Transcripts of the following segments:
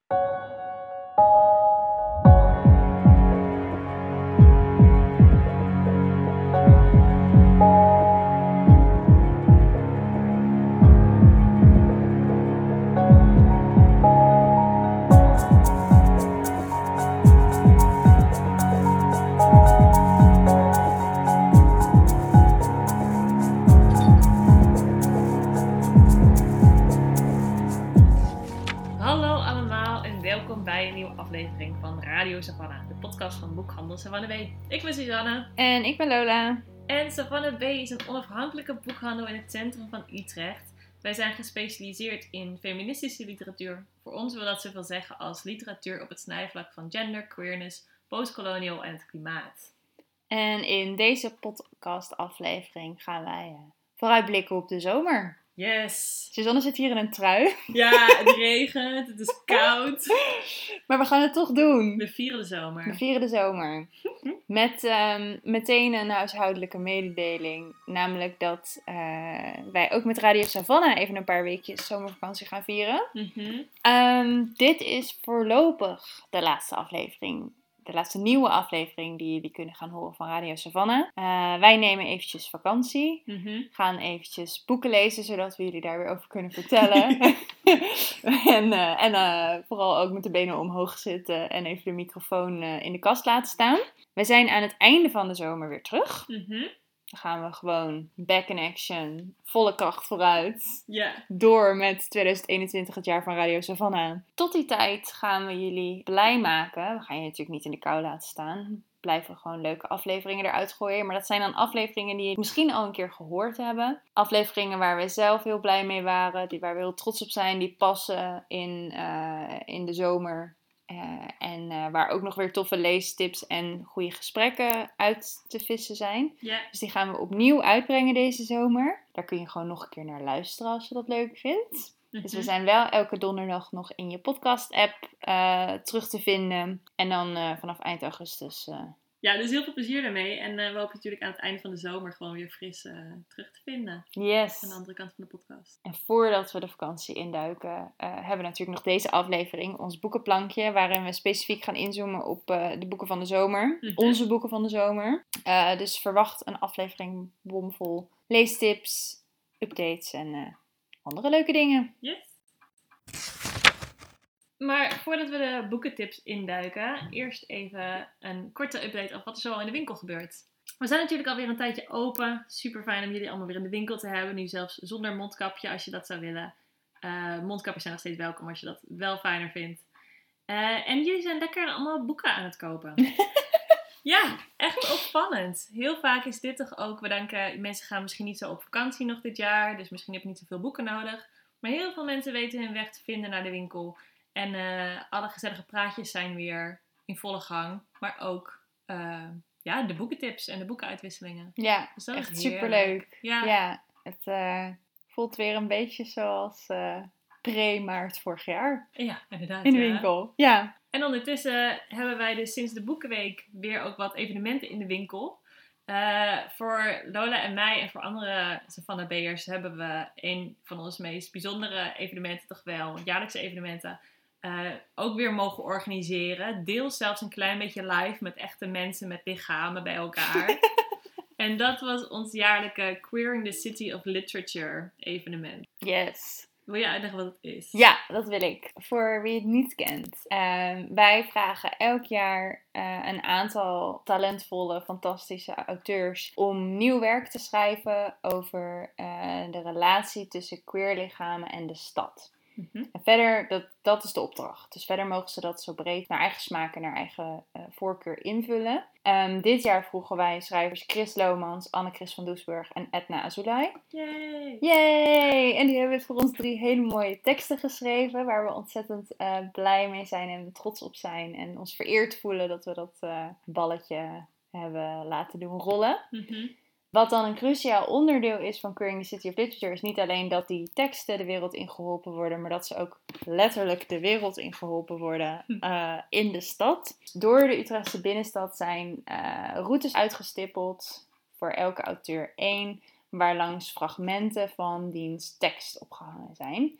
Aflevering van Radio Savannah, de podcast van Boekhandel Savannah B. Ik ben Suzanne. En ik ben Lola. En Savannah B is een onafhankelijke boekhandel in het centrum van Utrecht. Wij zijn gespecialiseerd in feministische literatuur. Voor ons wil dat zoveel zeggen als literatuur op het snijvlak van gender, queerness, postkolonial en het klimaat. En in deze podcastaflevering gaan wij vooruitblikken op de zomer. Yes! Suzanne zit hier in een trui. Ja, het regent, het is koud. Maar we gaan het toch doen. We vieren de zomer. We vieren de zomer. Met meteen een huishoudelijke mededeling. Namelijk dat wij ook met Radio Savannah even een paar weekjes zomervakantie gaan vieren. Dit is voorlopig de laatste aflevering. De laatste nieuwe aflevering die jullie kunnen gaan horen van Radio Savannah. Wij nemen eventjes vakantie. Gaan eventjes boeken lezen, zodat we jullie daar weer over kunnen vertellen. en vooral ook met de benen omhoog zitten en even de microfoon in de kast laten staan. We zijn aan het einde van de zomer weer terug. Dan gaan we gewoon back in action, volle kracht vooruit. Yeah. Door met 2021, het jaar van Radio Savannah. Tot die tijd gaan we jullie blij maken. We gaan je natuurlijk niet in de kou laten staan. Blijven gewoon leuke afleveringen eruit gooien. Maar dat zijn dan afleveringen die je misschien al een keer gehoord hebben. Afleveringen waar we zelf heel blij mee waren. Waar we heel trots op zijn. Die passen in de zomer. Waar ook nog weer toffe leestips en goede gesprekken uit te vissen zijn. Yeah. Dus die gaan we opnieuw uitbrengen deze zomer. Daar kun je gewoon nog een keer naar luisteren als je dat leuk vindt. Dus we zijn wel elke donderdag nog in je podcast-app terug te vinden. En dan vanaf eind augustus... Ja, dus heel veel plezier daarmee. En we hopen natuurlijk aan het einde van de zomer gewoon weer fris terug te vinden. Yes. Aan de andere kant van de podcast. En voordat we de vakantie induiken, hebben we natuurlijk nog deze aflevering, ons boekenplankje, waarin we specifiek gaan inzoomen op de boeken van de zomer. Onze boeken van de zomer. Dus verwacht een aflevering bomvol leestips, updates en andere leuke dingen. Yes. Maar voordat we de boekentips induiken, eerst even een korte update over wat er zoal in de winkel gebeurt. We zijn natuurlijk alweer een tijdje open. Super fijn om jullie allemaal weer in de winkel te hebben. Nu zelfs zonder mondkapje als je dat zou willen. Mondkapjes zijn nog steeds welkom als je dat wel fijner vindt. En jullie zijn lekker allemaal boeken aan het kopen. Ja, echt opvallend. Heel vaak is dit toch ook, we denken, mensen gaan misschien niet zo op vakantie nog dit jaar. Dus misschien heb je niet zoveel boeken nodig. Maar heel veel mensen weten hun weg te vinden naar de winkel. En alle gezellige praatjes zijn weer in volle gang. Maar ook de boekentips en de boekenuitwisselingen. Ja, dus dat echt superleuk. Ja, het voelt weer een beetje zoals pre-maart vorig jaar. Ja, inderdaad. In de winkel, ja. En ondertussen hebben wij dus sinds de Boekenweek weer ook wat evenementen in de winkel. Voor Lola en mij en voor andere Savannah B'ers hebben we een van onze meest bijzondere evenementen, toch wel jaarlijkse evenementen, ook weer mogen organiseren. Deels zelfs een klein beetje live met echte mensen met lichamen bij elkaar. En dat was ons jaarlijke Queering the City of Literature evenement. Yes. Wil je uitleggen wat het is? Ja, dat wil ik. Voor wie het niet kent. Wij vragen elk jaar een aantal talentvolle, fantastische auteurs om nieuw werk te schrijven over de relatie tussen queerlichamen en de stad. En verder, dat is de opdracht. Dus verder mogen ze dat zo breed naar eigen smaak en naar eigen voorkeur invullen. Dit jaar vroegen wij schrijvers Chris Lomans, Anne-Chris van Doesburg en Edna Azoulay. Yay! Yay! En die hebben voor ons 3 hele mooie teksten geschreven. Waar we ontzettend blij mee zijn en trots op zijn. En ons vereerd voelen dat we dat balletje hebben laten doen rollen. Wat dan een cruciaal onderdeel is van Queering the City of Literature is niet alleen dat die teksten de wereld ingeholpen worden, maar dat ze ook letterlijk de wereld ingeholpen worden in de stad. Door de Utrechtse binnenstad zijn routes uitgestippeld, voor elke auteur 1, waar langs fragmenten van diens tekst opgehangen zijn.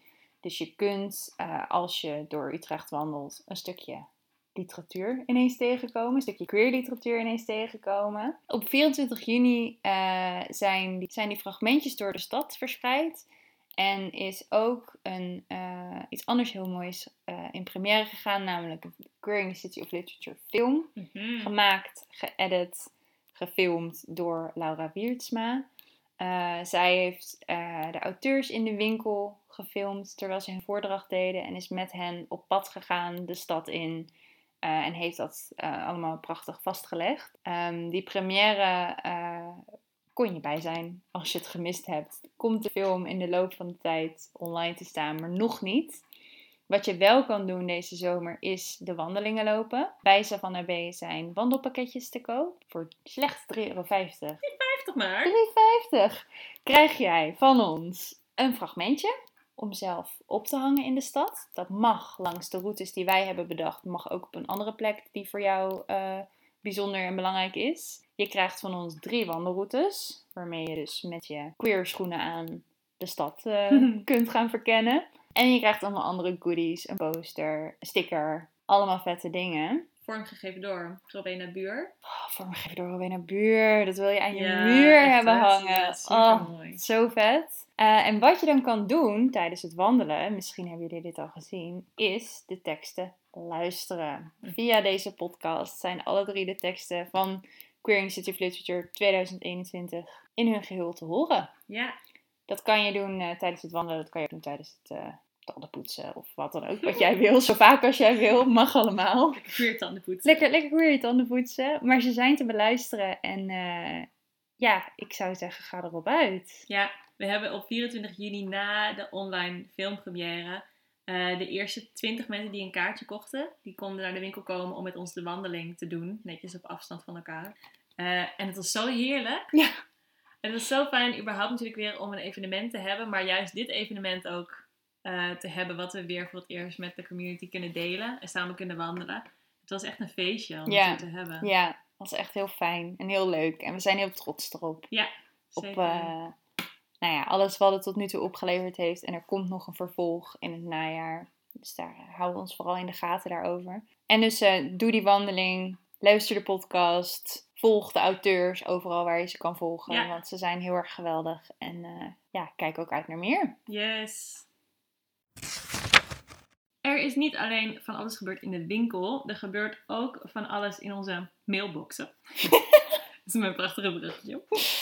Dus je kunt, als je door Utrecht wandelt, een stukje literatuur ineens tegenkomen. Een stukje queer literatuur ineens tegenkomen. Op 24 juni zijn die fragmentjes door de stad verspreid. En is ook iets anders heel moois in première gegaan. Namelijk een Queer in the City of Literature film. Mhm. Gemaakt, geëdit, gefilmd door Laura Wiertsma. Zij heeft de auteurs in de winkel gefilmd terwijl ze hun voordracht deden. En is met hen op pad gegaan de stad in. En heeft dat allemaal prachtig vastgelegd. Die première kon je bij zijn als je het gemist hebt. Komt de film in de loop van de tijd online te staan, maar nog niet. Wat je wel kan doen deze zomer is de wandelingen lopen. Bij Savannah B zijn wandelpakketjes te koop voor slechts €3,50. 50 maar. €3,50 krijg jij van ons een fragmentje om zelf op te hangen in de stad. Dat mag langs de routes die wij hebben bedacht. Mag ook op een andere plek die voor jou bijzonder en belangrijk is. Je krijgt van ons 3 wandelroutes. Waarmee je dus met je queer schoenen aan de stad kunt gaan verkennen. En je krijgt allemaal andere goodies. Een poster, een sticker. Allemaal vette dingen. Vormgegeven door Rowena Buur. Vormgegeven door Rowena Buur. Dat wil je aan je Ja, muur echt, hebben hè? hangen. Ja, supermooi. Zo vet. En wat je dan kan doen tijdens het wandelen, misschien hebben jullie dit al gezien, is de teksten luisteren. Via deze podcast zijn alle 3 de teksten van Queer in the City of Literature 2021 in hun geheel te horen. Ja. Dat kan je doen tijdens het wandelen, dat kan je ook doen tijdens het tandenpoetsen of wat dan ook. Wat jij wil, zo vaak als jij wil, mag allemaal. Lekker queer tanden poetsen. Lekker queer je tanden poetsen. Maar ze zijn te beluisteren en ik zou zeggen, ga erop uit. Ja, we hebben op 24 juni na de online filmpremière de eerste 20 mensen die een kaartje kochten. Die konden naar de winkel komen om met ons de wandeling te doen. Netjes op afstand van elkaar. En het was zo heerlijk. Ja. Het was zo fijn überhaupt natuurlijk weer om een evenement te hebben. Maar juist dit evenement ook te hebben wat we weer voor het eerst met de community kunnen delen. En samen kunnen wandelen. Het was echt een feestje om het hier te hebben. Ja, dat was echt heel fijn en heel leuk. En we zijn heel trots erop. Ja, zeker. Op alles wat het tot nu toe opgeleverd heeft. En er komt nog een vervolg in het najaar. Dus daar houden we ons vooral in de gaten daarover. En dus doe die wandeling. Luister de podcast. Volg de auteurs overal waar je ze kan volgen. Ja. Want ze zijn heel erg geweldig. En kijk ook uit naar meer. Yes. Er is niet alleen van alles gebeurd in de winkel. Er gebeurt ook van alles in onze mailboxen. Dat is mijn prachtige bruggetje.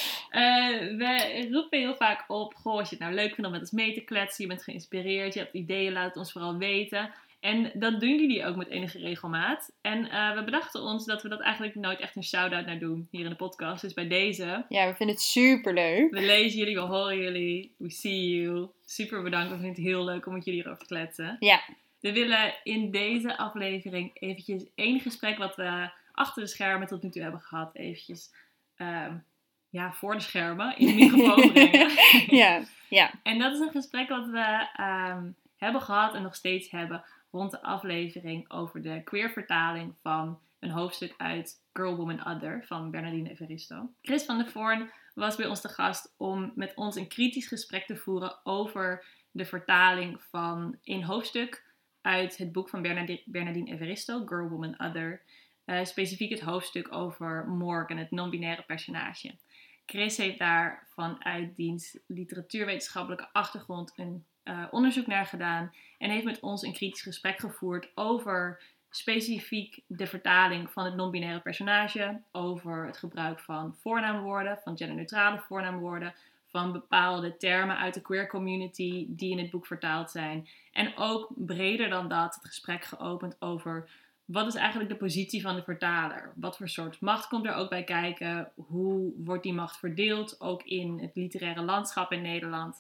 We roepen heel vaak op. Goh, als je het nou leuk vindt om met ons mee te kletsen. Je bent geïnspireerd. Je hebt ideeën. Laat het ons vooral weten. En dat doen jullie ook met enige regelmaat. En we bedachten ons dat we dat eigenlijk nooit echt een shout-out naar doen. Hier in de podcast. Dus bij deze. Ja, we vinden het super leuk. We lezen jullie, we horen jullie. We see you. Super bedankt. We vinden het heel leuk om met jullie erover te kletsen. Ja. We willen in deze aflevering eventjes één gesprek wat we achter de schermen tot nu toe hebben gehad. Eventjes voor de schermen in de microfoon brengen. Ja. En dat is een gesprek wat we hebben gehad en nog steeds hebben rond de aflevering over de queer vertaling van een hoofdstuk uit Girl, Woman, Other van Bernardine Evaristo. Chris van der Voorn was bij ons te gast om met ons een kritisch gesprek te voeren over de vertaling van een hoofdstuk uit het boek van Bernardine Evaristo, Girl, Woman, Other. Specifiek het hoofdstuk over Morgan, het non-binaire personage. Chris heeft daar vanuit diens literatuurwetenschappelijke achtergrond een onderzoek naar gedaan. En heeft met ons een kritisch gesprek gevoerd over specifiek de vertaling van het non-binaire personage. Over het gebruik van voornaamwoorden, van genderneutrale voornaamwoorden. Van bepaalde termen uit de queer community die in het boek vertaald zijn. En ook breder dan dat het gesprek geopend over wat is eigenlijk de positie van de vertaler? Wat voor soort macht komt er ook bij kijken? Hoe wordt die macht verdeeld? Ook in het literaire landschap in Nederland.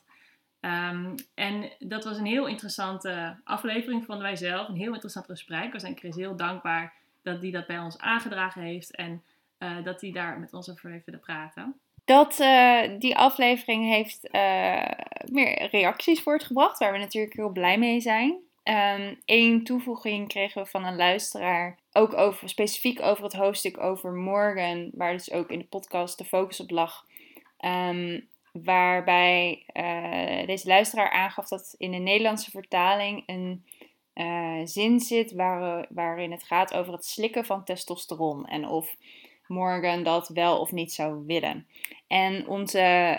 En dat was een heel interessante aflevering, vonden wij zelf. Een heel interessant gesprek. We zijn Chris heel dankbaar dat hij dat bij ons aangedragen heeft. En dat hij daar met ons over heeft willen praten. Die aflevering heeft meer reacties voortgebracht, waar we natuurlijk heel blij mee zijn. Eén toevoeging kregen we van een luisteraar, ook specifiek over het hoofdstuk over Morgan, waar dus ook in de podcast de focus op lag. Waarbij deze luisteraar aangaf dat in de Nederlandse vertaling een zin zit waarin het gaat over het slikken van testosteron. En of Morgan dat wel of niet zou willen. En onze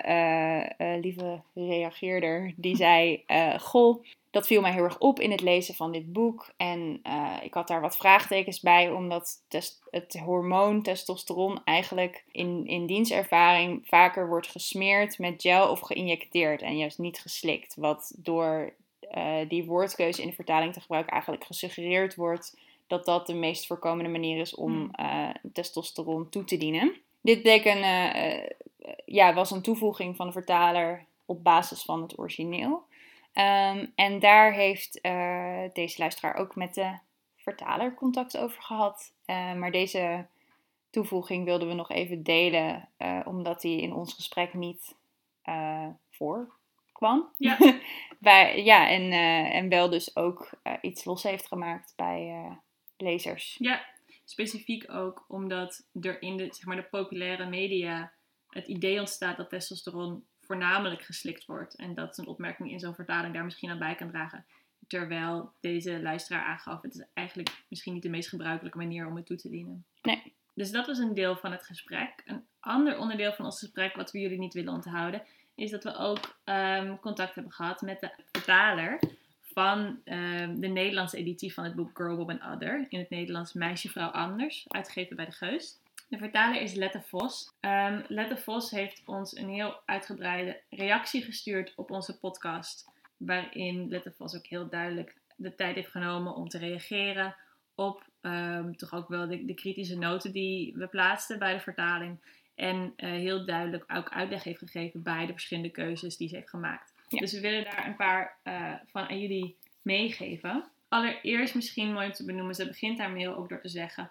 lieve reageerder die zei, goh, dat viel mij heel erg op in het lezen van dit boek. En ik had daar wat vraagtekens bij, omdat het hormoon testosteron eigenlijk in dienstervaring vaker wordt gesmeerd met gel of geïnjecteerd en juist niet geslikt. Wat door die woordkeuze in de vertaling te gebruiken eigenlijk gesuggereerd wordt dat dat de meest voorkomende manier is om testosteron toe te dienen. Dit bleek was een toevoeging van de vertaler op basis van het origineel. En daar heeft deze luisteraar ook met de vertaler contact over gehad. Maar deze toevoeging wilden we nog even delen, omdat die in ons gesprek niet voorkwam. Ja. En wel dus ook iets los heeft gemaakt bij lezers. Ja, specifiek ook omdat er in de populaire media het idee ontstaat dat testosteron voornamelijk geslikt wordt. En dat een opmerking in zo'n vertaling daar misschien aan bij kan dragen. Terwijl deze luisteraar aangaf, het is eigenlijk misschien niet de meest gebruikelijke manier om het toe te dienen. Nee. Dus dat was een deel van het gesprek. Een ander onderdeel van ons gesprek, wat we jullie niet willen onthouden, is dat we ook contact hebben gehad met de vertaler van de Nederlandse editie van het boek Girl, Woman, Other. In het Nederlands Meisje, Vrouw, Anders, uitgegeven bij de Geus. De vertaler is Lette Vos. Lette Vos heeft ons een heel uitgebreide reactie gestuurd op onze podcast. Waarin Lette Vos ook heel duidelijk de tijd heeft genomen om te reageren op toch ook wel de kritische noten die we plaatsten bij de vertaling. En heel duidelijk ook uitleg heeft gegeven bij de verschillende keuzes die ze heeft gemaakt. Ja. Dus we willen daar een paar van aan jullie meegeven. Allereerst misschien mooi om te benoemen, ze begint haar mail ook door te zeggen: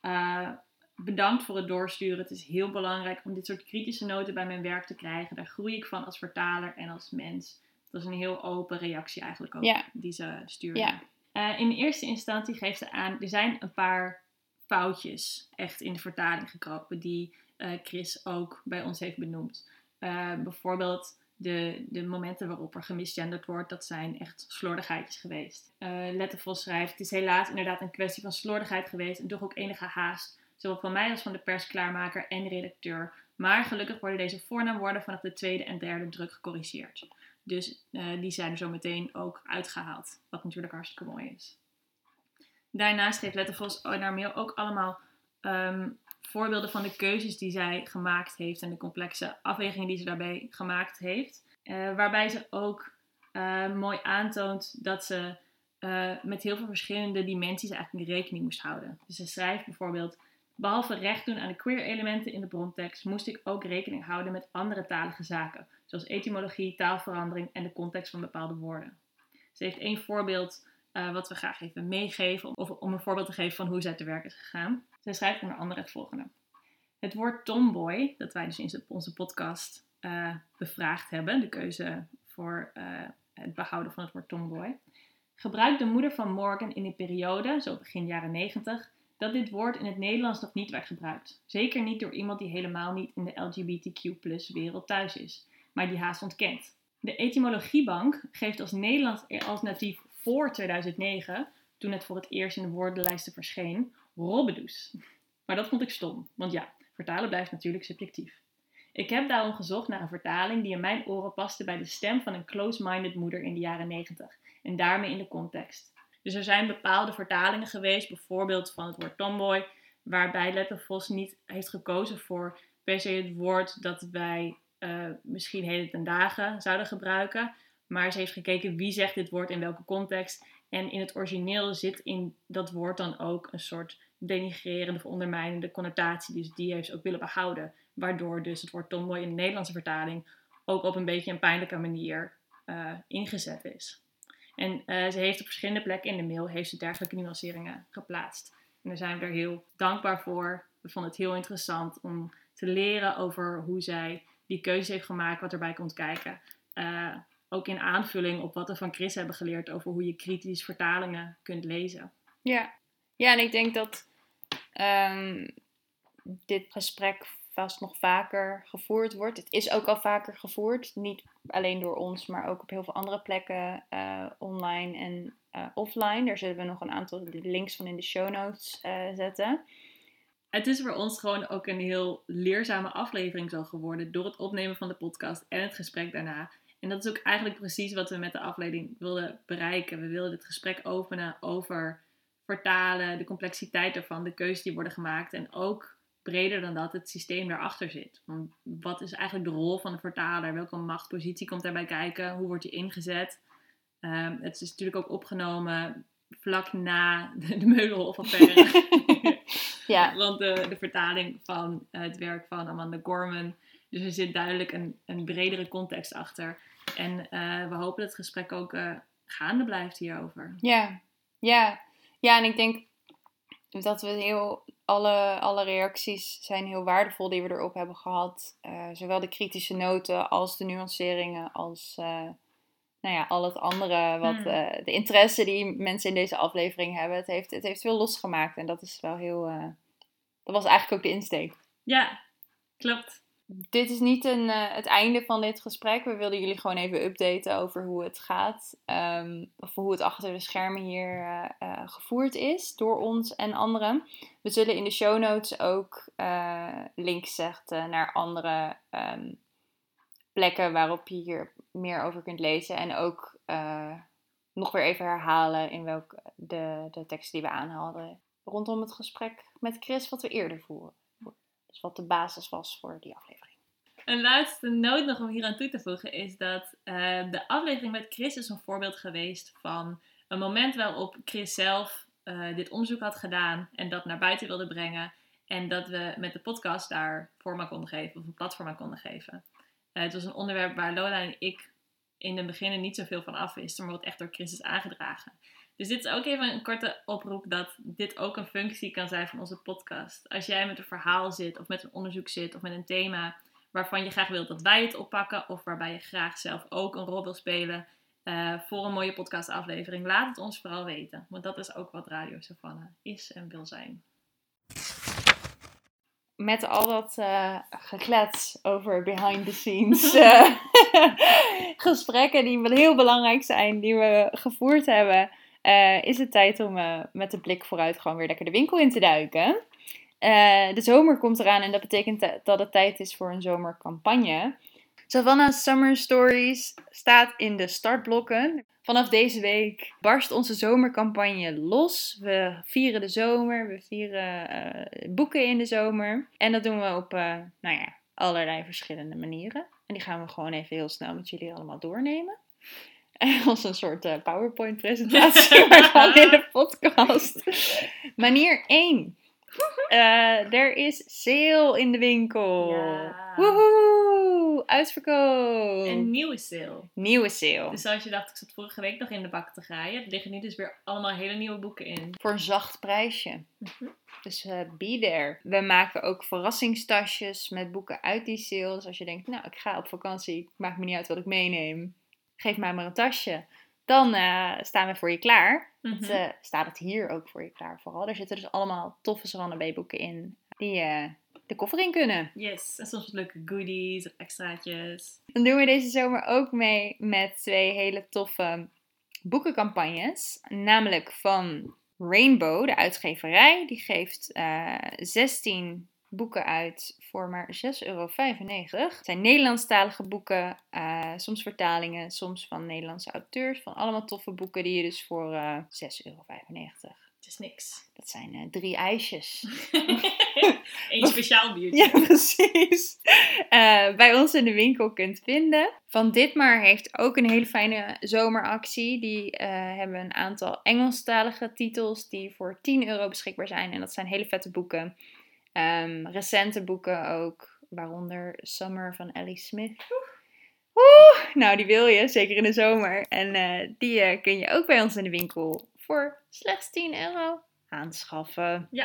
bedankt voor het doorsturen. Het is heel belangrijk om dit soort kritische noten bij mijn werk te krijgen. Daar groei ik van als vertaler en als mens. Dat is een heel open reactie eigenlijk ook die ze stuurde. Ja. In eerste instantie geeft ze aan, er zijn een paar foutjes echt in de vertaling gekropen die Chris ook bij ons heeft benoemd. Bijvoorbeeld de momenten waarop er gemisgenderd wordt, dat zijn echt slordigheidjes geweest. Lette Vos schrijft: het is helaas inderdaad een kwestie van slordigheid geweest en toch ook enige haast, zowel van mij als van de persklaarmaker en redacteur. Maar gelukkig worden deze voornaamwoorden vanaf de tweede en derde druk gecorrigeerd. Dus die zijn er zo meteen ook uitgehaald, wat natuurlijk hartstikke mooi is. Daarnaast geeft Lette Vos naar mail ook allemaal voorbeelden van de keuzes die zij gemaakt heeft en de complexe afwegingen die ze daarbij gemaakt heeft. Waarbij ze ook mooi aantoont dat ze met heel veel verschillende dimensies eigenlijk rekening moest houden. Dus ze schrijft bijvoorbeeld: behalve recht doen aan de queer elementen in de brontekst, moest ik ook rekening houden met andere talige zaken, zoals etymologie, taalverandering en de context van bepaalde woorden. Ze heeft één voorbeeld wat we graag even meegeven, of om een voorbeeld te geven van hoe zij te werk is gegaan. Zij schrijft onder andere het volgende: het woord tomboy, dat wij dus in onze podcast bevraagd hebben, de keuze voor het behouden van het woord tomboy, gebruikt de moeder van Morgan in een periode, zo begin jaren 90, dat dit woord in het Nederlands nog niet werd gebruikt. Zeker niet door iemand die helemaal niet in de LGBTQ+wereld thuis is, maar die haast ontkent. De etymologiebank geeft als Nederlands alternatief voor 2009, toen het voor het eerst in de woordenlijsten verscheen, robbedoes. Maar dat vond ik stom, want ja, vertalen blijft natuurlijk subjectief. Ik heb daarom gezocht naar een vertaling die in mijn oren paste bij de stem van een close-minded moeder in de jaren 90 en daarmee in de context. Dus er zijn bepaalde vertalingen geweest, bijvoorbeeld van het woord tomboy, waarbij Lette Vos niet heeft gekozen voor per se het woord dat wij misschien heden ten dagen zouden gebruiken. Maar ze heeft gekeken wie zegt dit woord in welke context. En in het origineel zit in dat woord dan ook een soort denigrerende of ondermijnende connotatie. Dus die heeft ze ook willen behouden. Waardoor dus het woord tomboy in de Nederlandse vertaling ook op een beetje een pijnlijke manier ingezet is. En ze heeft op verschillende plekken in de mail heeft ze dergelijke nuanceringen geplaatst. En daar zijn we er heel dankbaar voor. We vonden het heel interessant om te leren over hoe zij die keuze heeft gemaakt, wat erbij komt kijken. Ook in aanvulling op wat we van Chris hebben geleerd over hoe je kritisch vertalingen kunt lezen. Ja, en ik denk dat dit gesprek vast nog vaker gevoerd wordt. Het is ook al vaker gevoerd. Niet alleen door ons, maar ook op heel veel andere plekken. Online en offline. Daar zullen we nog een aantal links van in de show notes zetten. Het is voor ons gewoon ook een heel leerzame aflevering zo geworden. Door het opnemen van de podcast en het gesprek daarna. En dat is ook eigenlijk precies wat we met de aflevering wilden bereiken. We wilden dit gesprek openen over vertalen, de complexiteit ervan, de keuzes die worden gemaakt. En ook breder dan dat, het systeem daarachter zit. Want wat is eigenlijk de rol van de vertaler? Welke machtspositie komt daarbij kijken? Hoe wordt die ingezet? Het is natuurlijk ook opgenomen vlak na de Meulenhof-affaire. Ja. Want de vertaling van het werk van Amanda Gorman. Dus er zit duidelijk een bredere context achter. En we hopen dat het gesprek ook gaande blijft hierover. Ja, en ik denk dat we alle reacties zijn heel waardevol die we erop hebben gehad. Zowel de kritische noten als de nuanceringen als al het andere. De interesse die mensen in deze aflevering hebben. Het heeft veel losgemaakt en dat is wel heel... dat was eigenlijk ook de insteek. Ja, klopt. Dit is niet het einde van dit gesprek. We wilden jullie gewoon even updaten over hoe het gaat. Of hoe het achter de schermen hier gevoerd is door ons en anderen. We zullen in de show notes ook links zetten naar andere plekken waarop je hier meer over kunt lezen. En ook nog weer even herhalen in welke de teksten die we aanhaalden rondom het gesprek met Chris wat we eerder voeren. Dus wat de basis was voor die aflevering. Een laatste noot nog om hier aan toe te voegen is dat de aflevering met Chris is een voorbeeld geweest van een moment waarop Chris zelf dit onderzoek had gedaan en dat naar buiten wilde brengen. En dat we met de podcast daar vorm aan konden geven of een platform aan konden geven. Het was een onderwerp waar Lola en ik in het begin niet zoveel van af wisten, maar wat echt door Chris is aangedragen. Dus dit is ook even een korte oproep dat dit ook een functie kan zijn van onze podcast. Als jij met een verhaal zit of met een onderzoek zit of met een thema waarvan je graag wilt dat wij het oppakken of waarbij je graag zelf ook een rol wil spelen voor een mooie podcastaflevering, laat het ons vooral weten. Want dat is ook wat Radio Savannah is en wil zijn. Met al dat geklets over behind the scenes gesprekken die heel belangrijk zijn, die we gevoerd hebben, is het tijd om met de blik vooruit gewoon weer lekker de winkel in te duiken. De zomer komt eraan en dat betekent dat het tijd is voor een zomercampagne. Savannah Summer Stories staat in de startblokken. Vanaf deze week barst onze zomercampagne los. We vieren de zomer, we vieren boeken in de zomer. En dat doen we op allerlei verschillende manieren. En die gaan we gewoon even heel snel met jullie allemaal doornemen. Als een soort PowerPoint-presentatie, maar dan in de podcast. Manier 1. Er is sale in de winkel. Ja. Woehoe! Uitverkoop. Een nieuwe sale. Nieuwe sale. Dus als je dacht, ik zat vorige week nog in de bak te graaien, er liggen nu dus weer allemaal hele nieuwe boeken in. Voor een zacht prijsje. Dus be there. We maken ook verrassingstasjes met boeken uit die sale. Dus als je denkt, nou ik ga op vakantie, maakt me niet uit wat ik meeneem. Geef mij maar een tasje. Dan staan we voor je klaar. Staat het hier ook voor je klaar vooral. Er zitten dus allemaal toffe Savannah B boeken in die de koffer in kunnen. Yes, en soms wat leuke goodies of extraatjes. Dan doen we deze zomer ook mee met 2 hele toffe boekencampagnes. Namelijk van Rainbow, de uitgeverij. Die geeft 16 boeken uit voor maar €6,95. Het zijn Nederlandstalige boeken, soms vertalingen, soms van Nederlandse auteurs. Van allemaal toffe boeken die je dus voor €6,95. Het is niks. Dat zijn 3 ijsjes. Eén speciaal biertje. Ja, precies. Bij ons in de winkel kunt vinden. Van Ditmar heeft ook een hele fijne zomeractie. Die hebben een aantal Engelstalige titels die voor €10 beschikbaar zijn. En dat zijn hele vette boeken. Recente boeken ook, waaronder Summer van Ellie Smith. Nou, die wil je, zeker in de zomer. En die kun je ook bij ons in de winkel voor slechts €10 aanschaffen. Ja.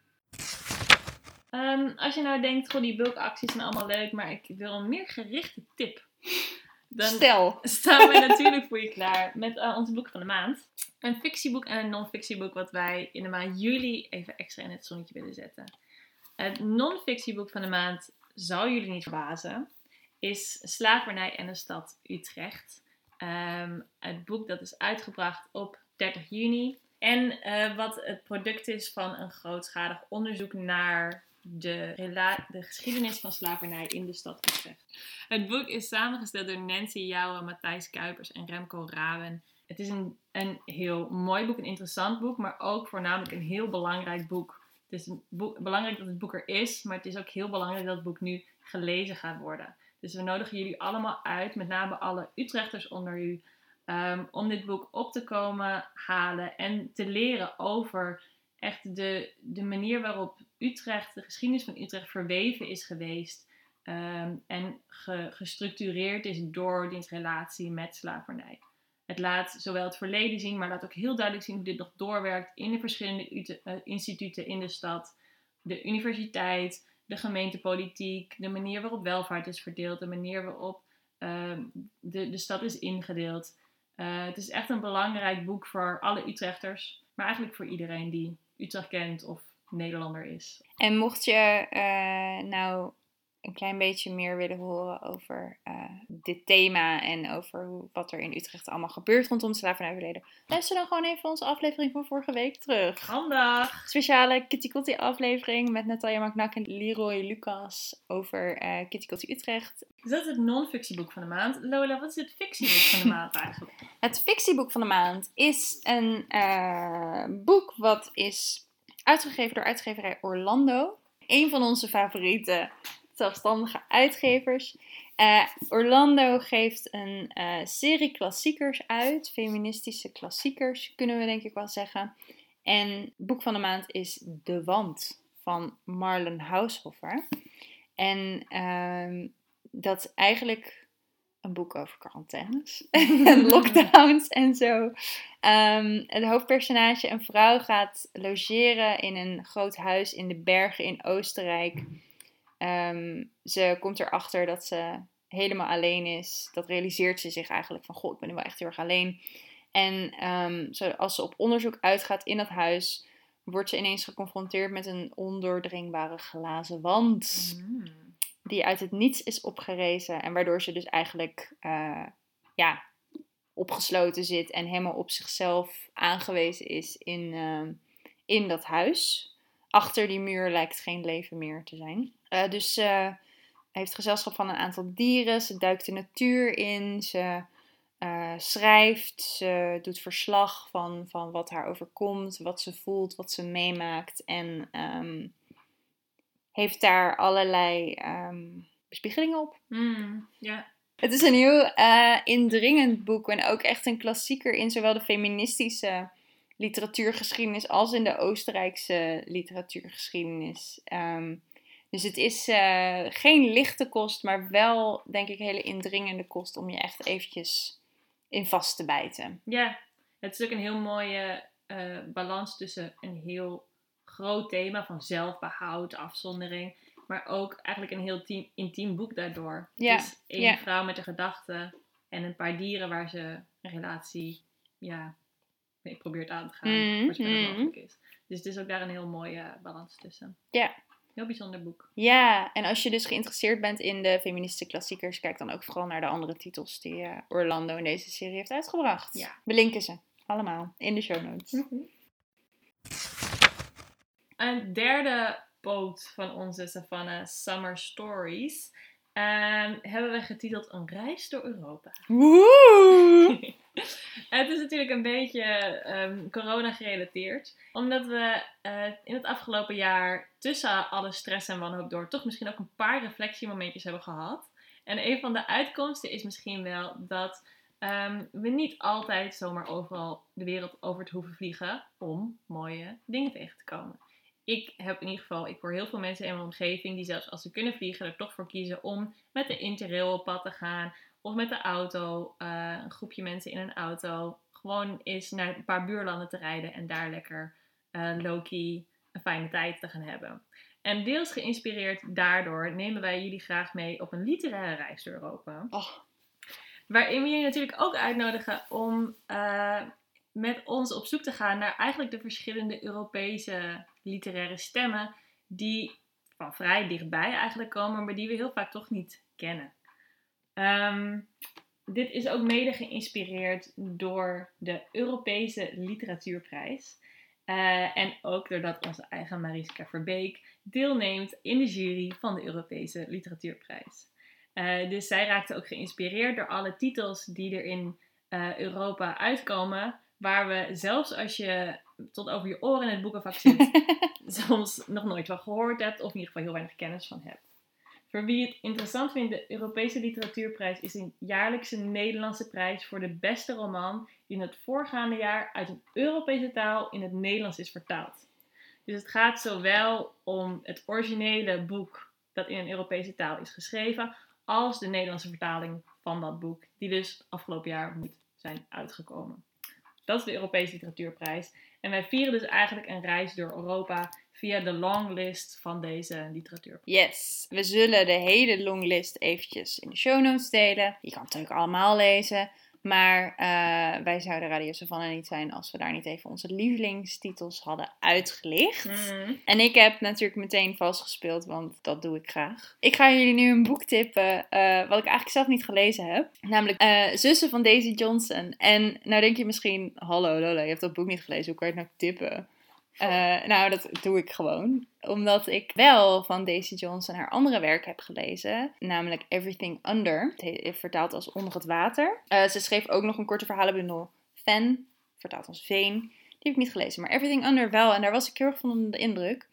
Als je nou denkt, die bulkacties zijn allemaal leuk, maar ik wil een meer gerichte tip. Dan staan wij natuurlijk voor je klaar met onze boeken van de maand. Een fictieboek en een non-fictieboek wat wij in de maand juli even extra in het zonnetje willen zetten. Het non-fictieboek van de maand, zal jullie niet verbazen, is Slavernij en de stad Utrecht. Het boek dat is uitgebracht op 30 juni. En wat het product is van een grootschalig onderzoek naar de geschiedenis van slavernij in de stad Utrecht. Het boek is samengesteld door Nancy Jouwen, Matthijs Kuipers en Remco Raben. Het is een heel mooi boek, een interessant boek, maar ook voornamelijk een heel belangrijk boek. Het is belangrijk dat het boek er is, maar het is ook heel belangrijk dat het boek nu gelezen gaat worden. Dus we nodigen jullie allemaal uit, met name alle Utrechters onder u, om dit boek op te komen halen en te leren over echt de manier waarop Utrecht, de geschiedenis van Utrecht verweven is geweest en gestructureerd is door die relatie met slavernij. Het laat zowel het verleden zien, maar laat ook heel duidelijk zien hoe dit nog doorwerkt in de verschillende instituten in de stad. De universiteit, de gemeentepolitiek, de manier waarop welvaart is verdeeld, de manier waarop de stad is ingedeeld. Het is echt een belangrijk boek voor alle Utrechters, maar eigenlijk voor iedereen die Utrecht kent of Nederlander is. En mocht je nou een klein beetje meer willen horen over dit thema en over wat er in Utrecht allemaal gebeurt rondom het slavernijverleden, luister dan gewoon even onze aflevering van vorige week terug. Handig! Speciale Kitty Kotti aflevering met Natalia Maknak en Leroy Lucas over Kitty Kotti Utrecht. Dus dat is het non-fictieboek van de maand. Lola, wat is het fictieboek van de maand eigenlijk? Het fictieboek van de maand is een boek wat is uitgegeven door uitgeverij Orlando. Een van onze favoriete zelfstandige uitgevers. Orlando geeft een serie klassiekers uit. Feministische klassiekers, kunnen we denk ik wel zeggen. En het boek van de maand is De Wand van Marlen Haushoffer. En dat is eigenlijk een boek over quarantaines en lockdowns en zo. Het hoofdpersonage, een vrouw, gaat logeren in een groot huis in de bergen in Oostenrijk. Ze komt erachter dat ze helemaal alleen is. Dat realiseert ze zich eigenlijk van, goh, ik ben nu wel echt heel erg alleen. En als ze op onderzoek uitgaat in dat huis, wordt ze ineens geconfronteerd met een ondoordringbare glazen wand. Die uit het niets is opgerezen. En waardoor ze dus eigenlijk opgesloten zit en helemaal op zichzelf aangewezen is in dat huis. Achter die muur lijkt geen leven meer te zijn. Dus ze heeft gezelschap van een aantal dieren. Ze duikt de natuur in. Ze schrijft. Ze doet verslag van wat haar overkomt. Wat ze voelt. Wat ze meemaakt. En heeft daar allerlei bespiegelingen op. Ja. Het is een heel indringend boek. En ook echt een klassieker in zowel de feministische literatuurgeschiedenis als in de Oostenrijkse literatuurgeschiedenis. Dus het is geen lichte kost, maar wel, denk ik, hele indringende kost om je echt eventjes in vast te bijten. Ja, het is ook een heel mooie balans tussen een heel groot thema van zelfbehoud, afzondering, maar ook eigenlijk een heel intiem boek daardoor. Ja. Het is één vrouw met een gedachte en een paar dieren waar ze een relatie probeert aan te gaan, voor zover dat mogelijk is. Dus het is ook daar een heel mooie balans tussen. Ja. Heel bijzonder boek. Ja, en als je dus geïnteresseerd bent in de feministische klassiekers, kijk dan ook vooral naar de andere titels die Orlando in deze serie heeft uitgebracht. Ja. We linken ze allemaal in de show notes. Een derde poot van onze Savannah Summer Stories hebben we getiteld Een reis door Europa. Woe! Het is natuurlijk een beetje corona gerelateerd. Omdat we in het afgelopen jaar tussen alle stress en wanhoop door toch misschien ook een paar reflectiemomentjes hebben gehad. En een van de uitkomsten is misschien wel dat we niet altijd zomaar overal de wereld over te hoeven vliegen om mooie dingen tegen te komen. Ik hoor heel veel mensen in mijn omgeving die zelfs als ze kunnen vliegen er toch voor kiezen om met de Interrail op pad te gaan. Of met de auto, een groepje mensen in een auto, gewoon eens naar een paar buurlanden te rijden en daar lekker low-key een fijne tijd te gaan hebben. En deels geïnspireerd daardoor nemen wij jullie graag mee op een literaire reis door Europa. Oh. Waarin we jullie natuurlijk ook uitnodigen om met ons op zoek te gaan naar eigenlijk de verschillende Europese literaire stemmen die van vrij dichtbij eigenlijk komen, maar die we heel vaak toch niet kennen. Dit is ook mede geïnspireerd door de Europese Literatuurprijs. En ook doordat onze eigen Mariska Verbeek deelneemt in de jury van de Europese Literatuurprijs. Dus zij raakte ook geïnspireerd door alle titels die er in Europa uitkomen, waar we zelfs als je tot over je oren in het boekenvak zit, soms nog nooit van gehoord hebt of in ieder geval heel weinig kennis van hebt. Voor wie het interessant vindt, de Europese Literatuurprijs is een jaarlijkse Nederlandse prijs voor de beste roman die in het voorgaande jaar uit een Europese taal in het Nederlands is vertaald. Dus het gaat zowel om het originele boek dat in een Europese taal is geschreven, als de Nederlandse vertaling van dat boek, die dus afgelopen jaar moet zijn uitgekomen. Dat is de Europese Literatuurprijs. En wij vieren dus eigenlijk een reis door Europa via de longlist van deze literatuurprijs. Yes, we zullen de hele longlist eventjes in de show notes delen. Je kan het natuurlijk allemaal lezen. Maar wij zouden Radio Savannah niet zijn als we daar niet even onze lievelingstitels hadden uitgelicht. En ik heb natuurlijk meteen vastgespeeld, want dat doe ik graag. Ik ga jullie nu een boek tippen wat ik eigenlijk zelf niet gelezen heb. Namelijk Zussen van Daisy Johnson. En nou denk je misschien, hallo Lola, je hebt dat boek niet gelezen, hoe kan je het nou tippen? Nou, dat doe ik gewoon. Omdat ik wel van Daisy Johnson haar andere werk heb gelezen. Namelijk Everything Under. Het vertaald als Onder het Water. Ze schreef ook nog een korte verhalenbundel Fen. Vertaald als Veen. Die heb ik niet gelezen. Maar Everything Under wel. En daar was ik heel erg van onder de indruk.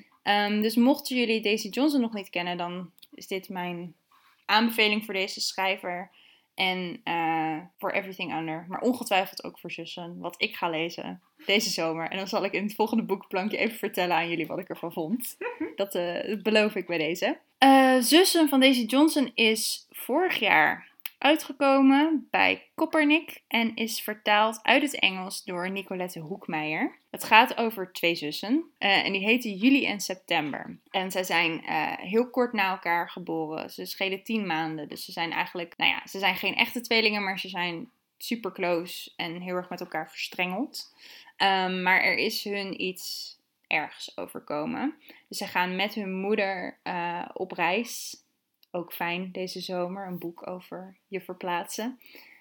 Dus mochten jullie Daisy Johnson nog niet kennen, dan is dit mijn aanbeveling voor deze schrijver. En voor Everything Under. Maar ongetwijfeld ook voor Zussen. Wat ik ga lezen deze zomer. En dan zal ik in het volgende boekplankje even vertellen aan jullie wat ik ervan vond. Dat beloof ik bij deze. Zussen van Daisy Johnson is vorig jaar uitgekomen bij Koppernik. En is vertaald uit het Engels door Nicolette Hoekmeijer. Het gaat over 2 zussen. En die heten Juli en September. En zij zijn heel kort na elkaar geboren. Ze schelen 10 maanden. Dus ze zijn eigenlijk, ze zijn geen echte tweelingen, maar ze zijn super close en heel erg met elkaar verstrengeld. Maar er is hun iets ergs overkomen. Dus ze gaan met hun moeder op reis. Ook fijn deze zomer, een boek over je verplaatsen.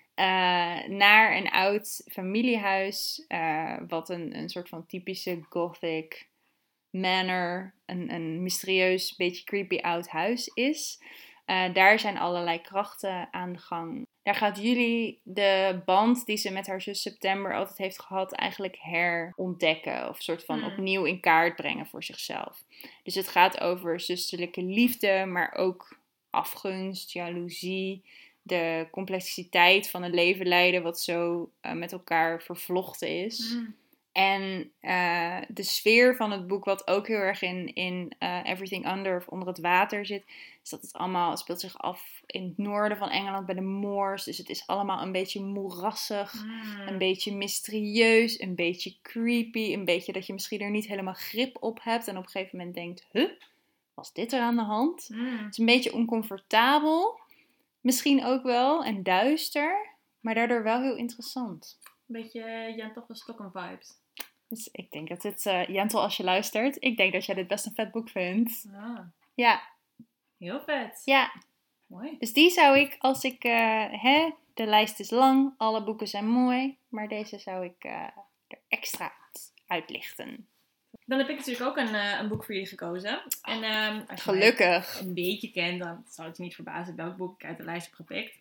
Naar een oud familiehuis, wat een soort van typische gothic manor, een mysterieus, beetje creepy oud huis is. Daar zijn allerlei krachten aan de gang. Daar gaat Julie de band die ze met haar zus September altijd heeft gehad eigenlijk herontdekken. Of een soort van opnieuw in kaart brengen voor zichzelf. Dus het gaat over zusterlijke liefde, maar ook afgunst, jaloezie. De complexiteit van een leven leiden wat zo met elkaar vervlochten is. En de sfeer van het boek, wat ook heel erg in Everything Under of Onder het Water zit, is dat het allemaal speelt zich af in het noorden van Engeland bij de Moors. Dus het is allemaal een beetje moerassig, een beetje mysterieus, een beetje creepy, een beetje dat je misschien er niet helemaal grip op hebt en op een gegeven moment denkt, was dit er aan de hand? Het is een beetje oncomfortabel, misschien ook wel, en duister, maar daardoor wel heel interessant. Een beetje Jentel van Stockholm vibes. Dus ik denk dat het, Jentel, als je luistert, ik denk dat jij dit best een vet boek vindt. Ja. Heel vet. Ja. Mooi. Dus die zou ik, als ik, de lijst is lang, alle boeken zijn mooi, maar deze zou ik er extra uitlichten. Dan heb ik natuurlijk ook een boek voor jullie gekozen. En als je gelukkig mij een beetje kent, dan zou het je niet verbazen welk boek ik uit de lijst heb gepikt.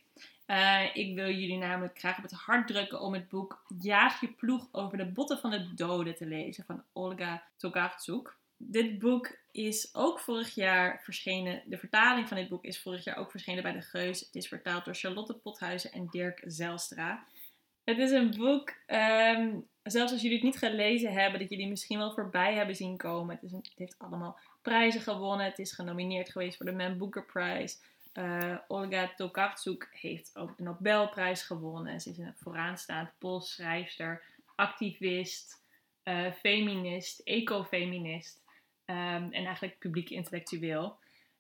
Ik wil jullie namelijk graag op het hart drukken om het boek Jaag je ploeg over de botten van de doden te lezen van Olga Tokarczuk. Dit boek is ook vorig jaar verschenen. De vertaling van dit boek is vorig jaar ook verschenen bij De Geus. Het is vertaald door Charlotte Pothuizen en Dirk Zijlstra. Het is een boek, zelfs als jullie het niet gelezen hebben, dat jullie misschien wel voorbij hebben zien komen. Het heeft allemaal prijzen gewonnen. Het is genomineerd geweest voor de Man Booker Prize. Olga Tokarczuk heeft ook de Nobelprijs gewonnen. Ze is een vooraanstaand Pools schrijfster, activist, feminist, ecofeminist en eigenlijk publiek intellectueel.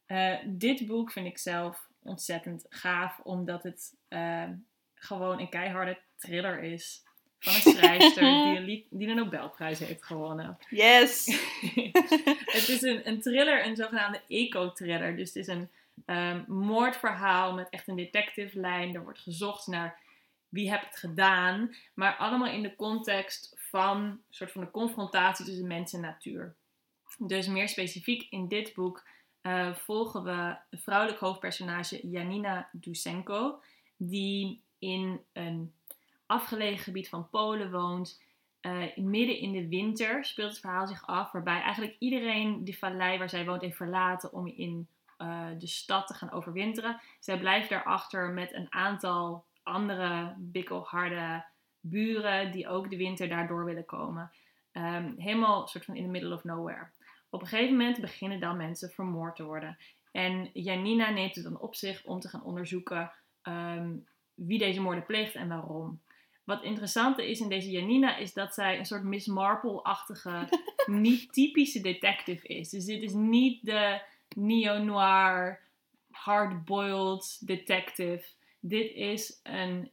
Dit boek vind ik zelf ontzettend gaaf, omdat het gewoon een keiharde thriller is. van een schrijfster die de Nobelprijs heeft gewonnen. Yes! Het is een thriller, een zogenaamde eco-thriller. Dus het is een moordverhaal met echt een detective lijn. Er wordt gezocht naar wie heeft het gedaan. Maar allemaal in de context van een soort van de confrontatie tussen mens en natuur. Dus meer specifiek in dit boek volgen we een vrouwelijk hoofdpersonage, Janina Dusenko, die in een afgelegen gebied van Polen woont. Midden in de winter speelt het verhaal zich af, waarbij eigenlijk iedereen de vallei waar zij woont heeft verlaten om in de stad te gaan overwinteren. Zij blijft daarachter met een aantal andere bikkelharde buren die ook de winter daardoor willen komen. Helemaal soort van in the middle of nowhere. Op een gegeven moment beginnen dan mensen vermoord te worden. En Janina neemt het dan op zich om te gaan onderzoeken wie deze moorden pleegt en waarom. Wat interessante is in deze Janina is dat zij een soort Miss Marple-achtige, niet typische detective is. Dus dit is niet de neo-noir, hard-boiled detective. Dit is een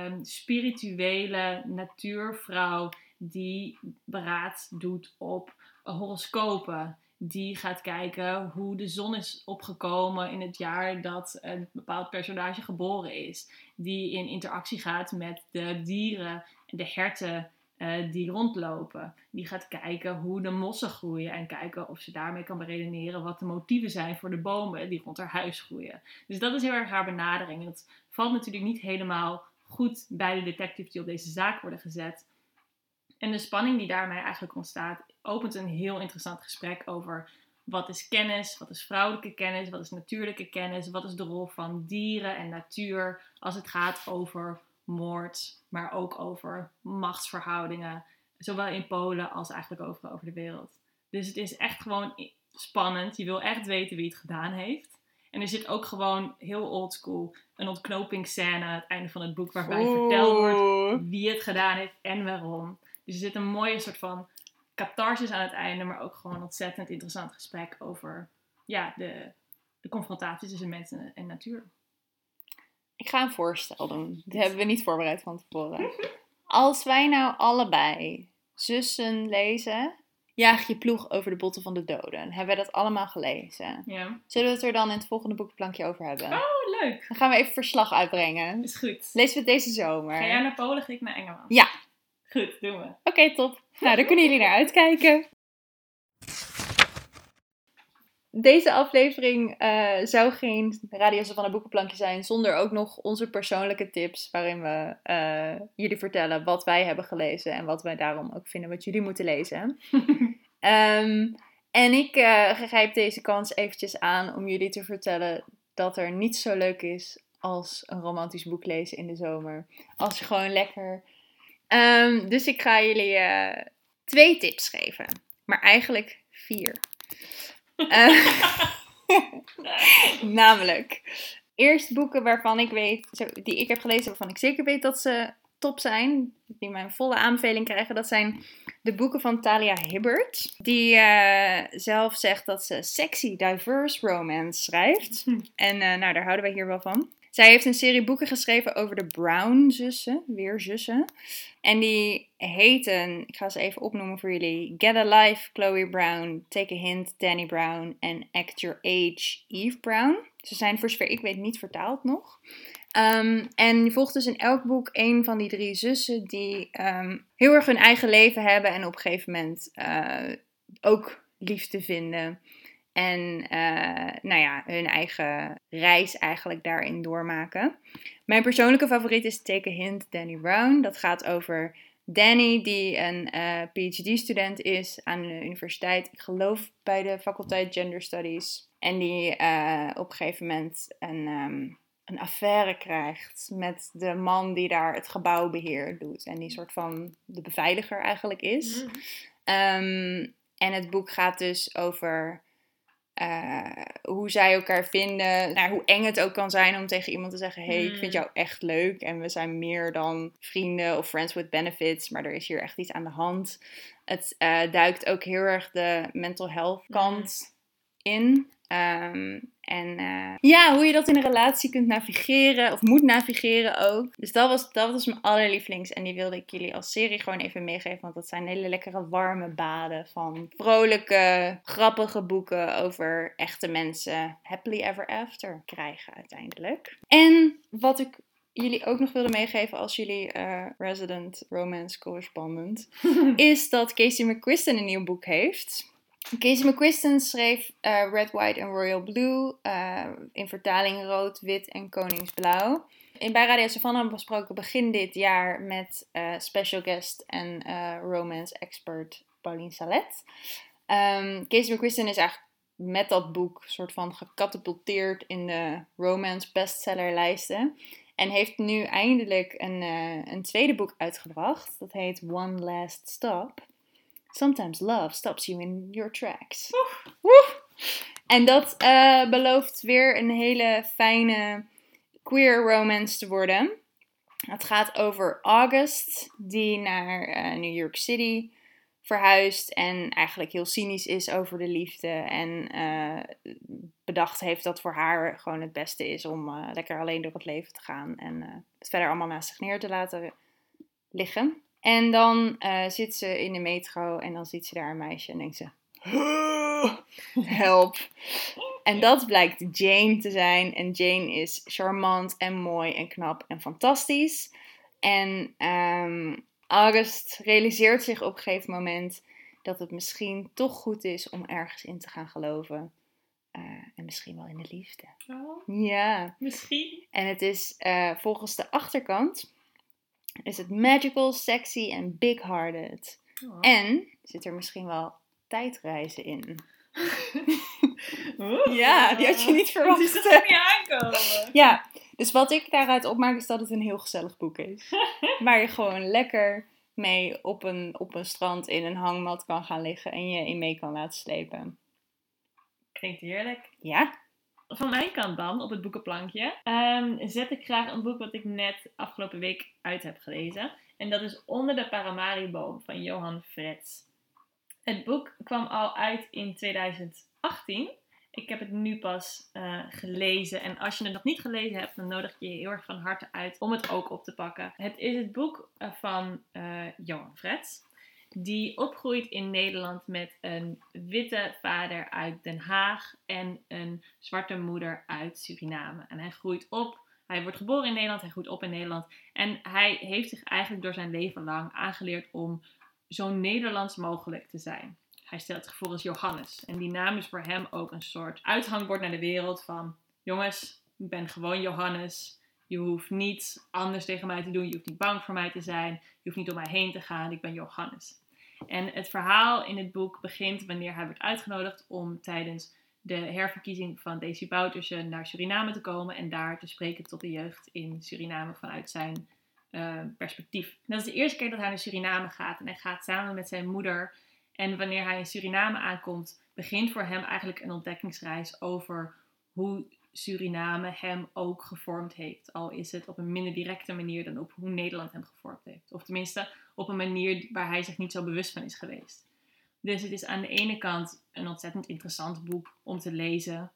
spirituele natuurvrouw die beraad doet op horoscopen. Die gaat kijken hoe de zon is opgekomen in het jaar dat een bepaald personage geboren is. Die in interactie gaat met de dieren, de herten die rondlopen. Die gaat kijken hoe de mossen groeien en kijken of ze daarmee kan beredeneren wat de motieven zijn voor de bomen die rond haar huis groeien. Dus dat is heel erg haar benadering. En dat valt natuurlijk niet helemaal goed bij de detectives die op deze zaak worden gezet. En de spanning die daarmee eigenlijk ontstaat, opent een heel interessant gesprek over wat is kennis, wat is vrouwelijke kennis, wat is natuurlijke kennis, wat is de rol van dieren en natuur als het gaat over moord, maar ook over machtsverhoudingen, zowel in Polen als eigenlijk overal over de wereld. Dus het is echt gewoon spannend. Je wil echt weten wie het gedaan heeft. En er zit ook gewoon heel oldschool een ontknopingsscène aan het einde van het boek waarbij verteld wordt wie het gedaan heeft en waarom. Dus er zit een mooie soort van catharsis aan het einde, maar ook gewoon een ontzettend interessant gesprek over de confrontatie tussen mensen en natuur. Ik ga een voorstel doen. Dat hebben we niet voorbereid van tevoren. Als wij nou allebei zussen lezen, Jaag je ploeg over de botten van de doden. Hebben we dat allemaal gelezen? Ja. Zullen we het er dan in het volgende boekenplankje over hebben? Oh, leuk. Dan gaan we even verslag uitbrengen. Is goed. Lezen we het deze zomer? Ga jij naar Polen, ga ik naar Engeland? Ja. Goed, doen we. Oké, top. Nou, daar kunnen jullie naar uitkijken. Deze aflevering zou geen Radio Savannah boekenplankje zijn zonder ook nog onze persoonlijke tips waarin we jullie vertellen wat wij hebben gelezen en wat wij daarom ook vinden wat jullie moeten lezen. En ik grijp deze kans eventjes aan om jullie te vertellen dat er niets zo leuk is als een romantisch boek lezen in de zomer. Als je gewoon lekker... dus ik ga jullie 2 tips geven. Maar eigenlijk 4. Namelijk, eerst boeken waarvan ik weet, die ik heb gelezen, waarvan ik zeker weet dat ze top zijn, die mijn volle aanbeveling krijgen, dat zijn de boeken van Talia Hibbert, die zelf zegt dat ze sexy, diverse romance schrijft. En nou, daar houden wij hier wel van. Zij heeft een serie boeken geschreven over de Brown-zussen, weer zussen. En die heten, ik ga ze even opnoemen voor jullie, Get a Life, Chloe Brown, Take a Hint, Danny Brown en Act Your Age, Eve Brown. Ze zijn voor zover ik weet niet vertaald nog. En je volgt dus in elk boek een van die 3 zussen die heel erg hun eigen leven hebben en op een gegeven moment ook liefde vinden. En nou ja, hun eigen reis eigenlijk daarin doormaken. Mijn persoonlijke favoriet is Take a Hint, Danny Brown. Dat gaat over Danny, die een PhD-student is aan de universiteit. Ik geloof bij de faculteit Gender Studies. En die op een gegeven moment een affaire krijgt met de man die daar het gebouwbeheer doet. En die soort van de beveiliger eigenlijk is. En het boek gaat dus over... hoe zij elkaar vinden. Nou, hoe eng het ook kan zijn om tegen iemand te zeggen... Hey, ik vind jou echt leuk. En we zijn meer dan vrienden of friends with benefits. Maar er is hier echt iets aan de hand. Het duikt ook heel erg de mental health kant in. Hoe je dat in een relatie kunt navigeren, of moet navigeren ook. Dus dat was mijn allerlievelings. En die wilde ik jullie als serie gewoon even meegeven. Want dat zijn hele lekkere warme baden van vrolijke, grappige boeken over echte mensen. Happily ever after krijgen uiteindelijk. En wat ik jullie ook nog wilde meegeven als jullie resident romance correspondent, is dat Casey McQuiston een nieuw boek heeft. Casey McQuiston schreef Red, White and Royal Blue, in vertaling Rood, Wit en Koningsblauw. Bij Radio Savannah besproken begin dit jaar met special guest en romance expert Pauline Salet. Casey McQuiston is eigenlijk met dat boek soort van gecatapulteerd in de romance bestsellerlijsten. En heeft nu eindelijk een tweede boek uitgebracht. Dat heet One Last Stop. Sometimes love stops you in your tracks. Woef. En dat belooft weer een hele fijne queer romance te worden. Het gaat over August, die naar New York City verhuist en eigenlijk heel cynisch is over de liefde. En bedacht heeft dat voor haar gewoon het beste is om lekker alleen door het leven te gaan. En het verder allemaal naast zich neer te laten liggen. En dan zit ze in de metro en dan ziet ze daar een meisje en denkt ze, help. En dat blijkt Jane te zijn. En Jane is charmant en mooi en knap en fantastisch. En August realiseert zich op een gegeven moment dat het misschien toch goed is om ergens in te gaan geloven. En misschien wel in de liefde. Oh, ja. misschien. En het is volgens de achterkant is het magical, sexy en big-hearted. Oh. En zit er misschien wel tijdreizen in. Oeh. Ja, die had je niet verwacht. Die zag er niet aankomen. Ja, dus wat ik daaruit opmaak is dat het een heel gezellig boek is. Waar je gewoon lekker mee op een strand in een hangmat kan gaan liggen en je in mee kan laten slepen. Klinkt heerlijk. Ja. Van mijn kant dan, op het boekenplankje, zet ik graag een boek wat ik net afgelopen week uit heb gelezen. En dat is Onder de Paramariboom van Johan Frets. Het boek kwam al uit in 2018. Ik heb het nu pas gelezen. En als je het nog niet gelezen hebt, dan nodig ik je heel erg van harte uit om het ook op te pakken. Het is het boek van Johan Frets. Die opgroeit in Nederland met een witte vader uit Den Haag en een zwarte moeder uit Suriname. En hij groeit op, hij wordt geboren in Nederland, hij groeit op in Nederland. En hij heeft zich eigenlijk door zijn leven lang aangeleerd om zo Nederlands mogelijk te zijn. Hij stelt zich voor als Johannes. En die naam is voor hem ook een soort uithangbord naar de wereld van, jongens, ik ben gewoon Johannes. Je hoeft niet anders tegen mij te doen. Je hoeft niet bang voor mij te zijn. Je hoeft niet om mij heen te gaan. Ik ben Johannes. En het verhaal in het boek begint wanneer hij wordt uitgenodigd om tijdens de herverkiezing van Desi Bouterse naar Suriname te komen. En daar te spreken tot de jeugd in Suriname vanuit zijn perspectief. Dat is de eerste keer dat hij naar Suriname gaat. En hij gaat samen met zijn moeder. En wanneer hij in Suriname aankomt, begint voor hem eigenlijk een ontdekkingsreis over hoe Suriname hem ook gevormd heeft. Al is het op een minder directe manier dan op hoe Nederland hem gevormd heeft. Of tenminste op een manier waar hij zich niet zo bewust van is geweest. Dus het is aan de ene kant een ontzettend interessant boek om te lezen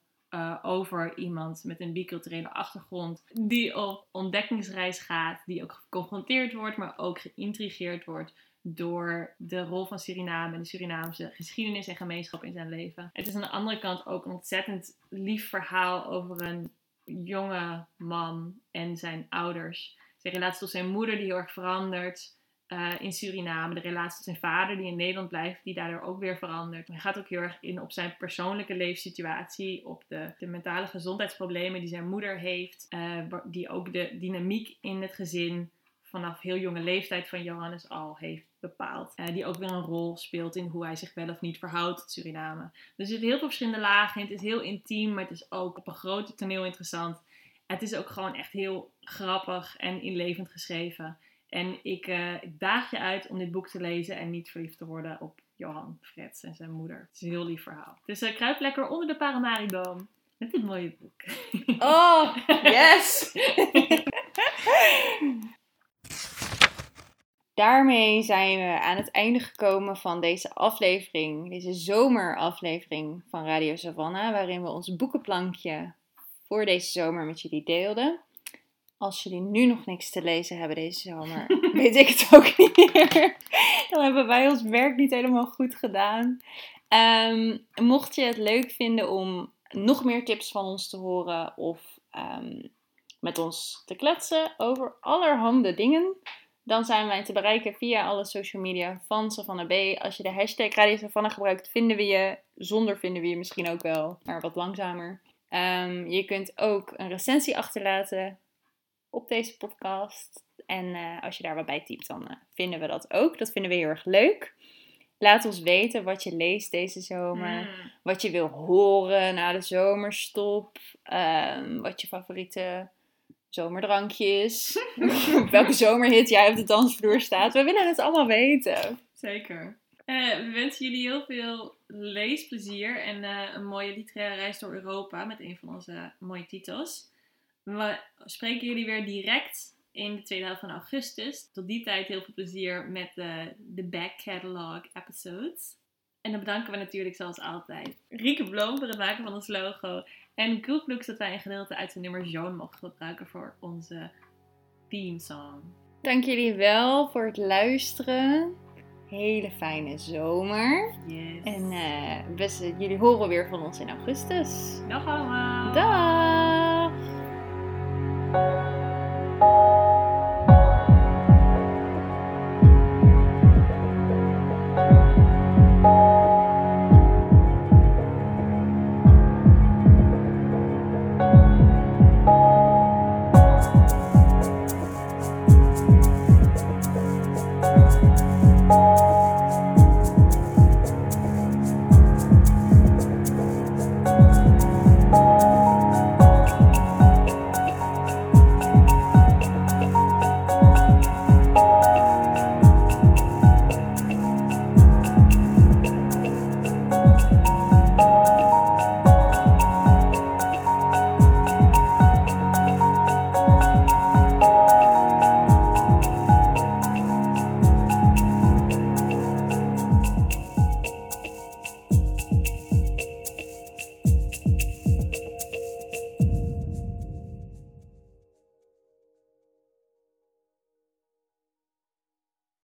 over iemand met een biculturele achtergrond die op ontdekkingsreis gaat, die ook geconfronteerd wordt, maar ook geïntrigeerd wordt door de rol van Suriname en de Surinaamse geschiedenis en gemeenschap in zijn leven. Het is aan de andere kant ook een ontzettend lief verhaal over een jonge man en zijn ouders. Zijn relatie tot zijn moeder die heel erg verandert in Suriname. De relatie tot zijn vader die in Nederland blijft, die daardoor ook weer verandert. Hij gaat ook heel erg in op zijn persoonlijke leefsituatie, op de mentale gezondheidsproblemen die zijn moeder heeft, die ook de dynamiek in het gezin vanaf heel jonge leeftijd van Johannes al heeft bepaald. Die ook weer een rol speelt in hoe hij zich wel of niet verhoudt tot Suriname. Dus er zitten heel veel verschillende lagen in. Het is heel intiem, maar het is ook op een groot toneel interessant. Het is ook gewoon echt heel grappig en inlevend geschreven. En ik daag je uit om dit boek te lezen en niet verliefd te worden op Johan Frets en zijn moeder. Het is een heel lief verhaal. Dus kruip lekker onder de Paramariboom met dit mooie boek. Oh, yes! Daarmee zijn we aan het einde gekomen van deze aflevering, deze zomeraflevering van Radio Savannah, waarin we ons boekenplankje voor deze zomer met jullie deelden. Als jullie nu nog niks te lezen hebben deze zomer, weet ik het ook niet meer. Dan hebben wij ons werk niet helemaal goed gedaan. Mocht je het leuk vinden om nog meer tips van ons te horen of met ons te kletsen over allerhande dingen, dan zijn wij te bereiken via alle social media van Savannah B. Als je de hashtag Radio Savannah gebruikt, vinden we je. Zonder vinden we je misschien ook wel, maar wat langzamer. Je kunt ook een recensie achterlaten op deze podcast. En als je daar wat bij typt, dan vinden we dat ook. Dat vinden we heel erg leuk. Laat ons weten wat je leest deze zomer. Wat je wil horen na de zomerstop. Wat je favoriete zomerdrankje is. Op welke zomerhit jij op de dansvloer staat. We willen het allemaal weten. Zeker. We wensen jullie heel veel leesplezier en een mooie literaire reis door Europa met een van onze mooie titels. We spreken jullie weer direct in de tweede helft van augustus. Tot die tijd heel veel plezier met de back catalog episodes. En dan bedanken we natuurlijk zoals altijd Rieke Bloem voor het maken van ons logo. En Groeploeks dat wij een gedeelte uit zijn nummer Joan mogen gebruiken voor onze theme song. Dank jullie wel voor het luisteren. Hele fijne zomer. Yes. En jullie horen weer van ons in augustus. Dag allemaal. Dag.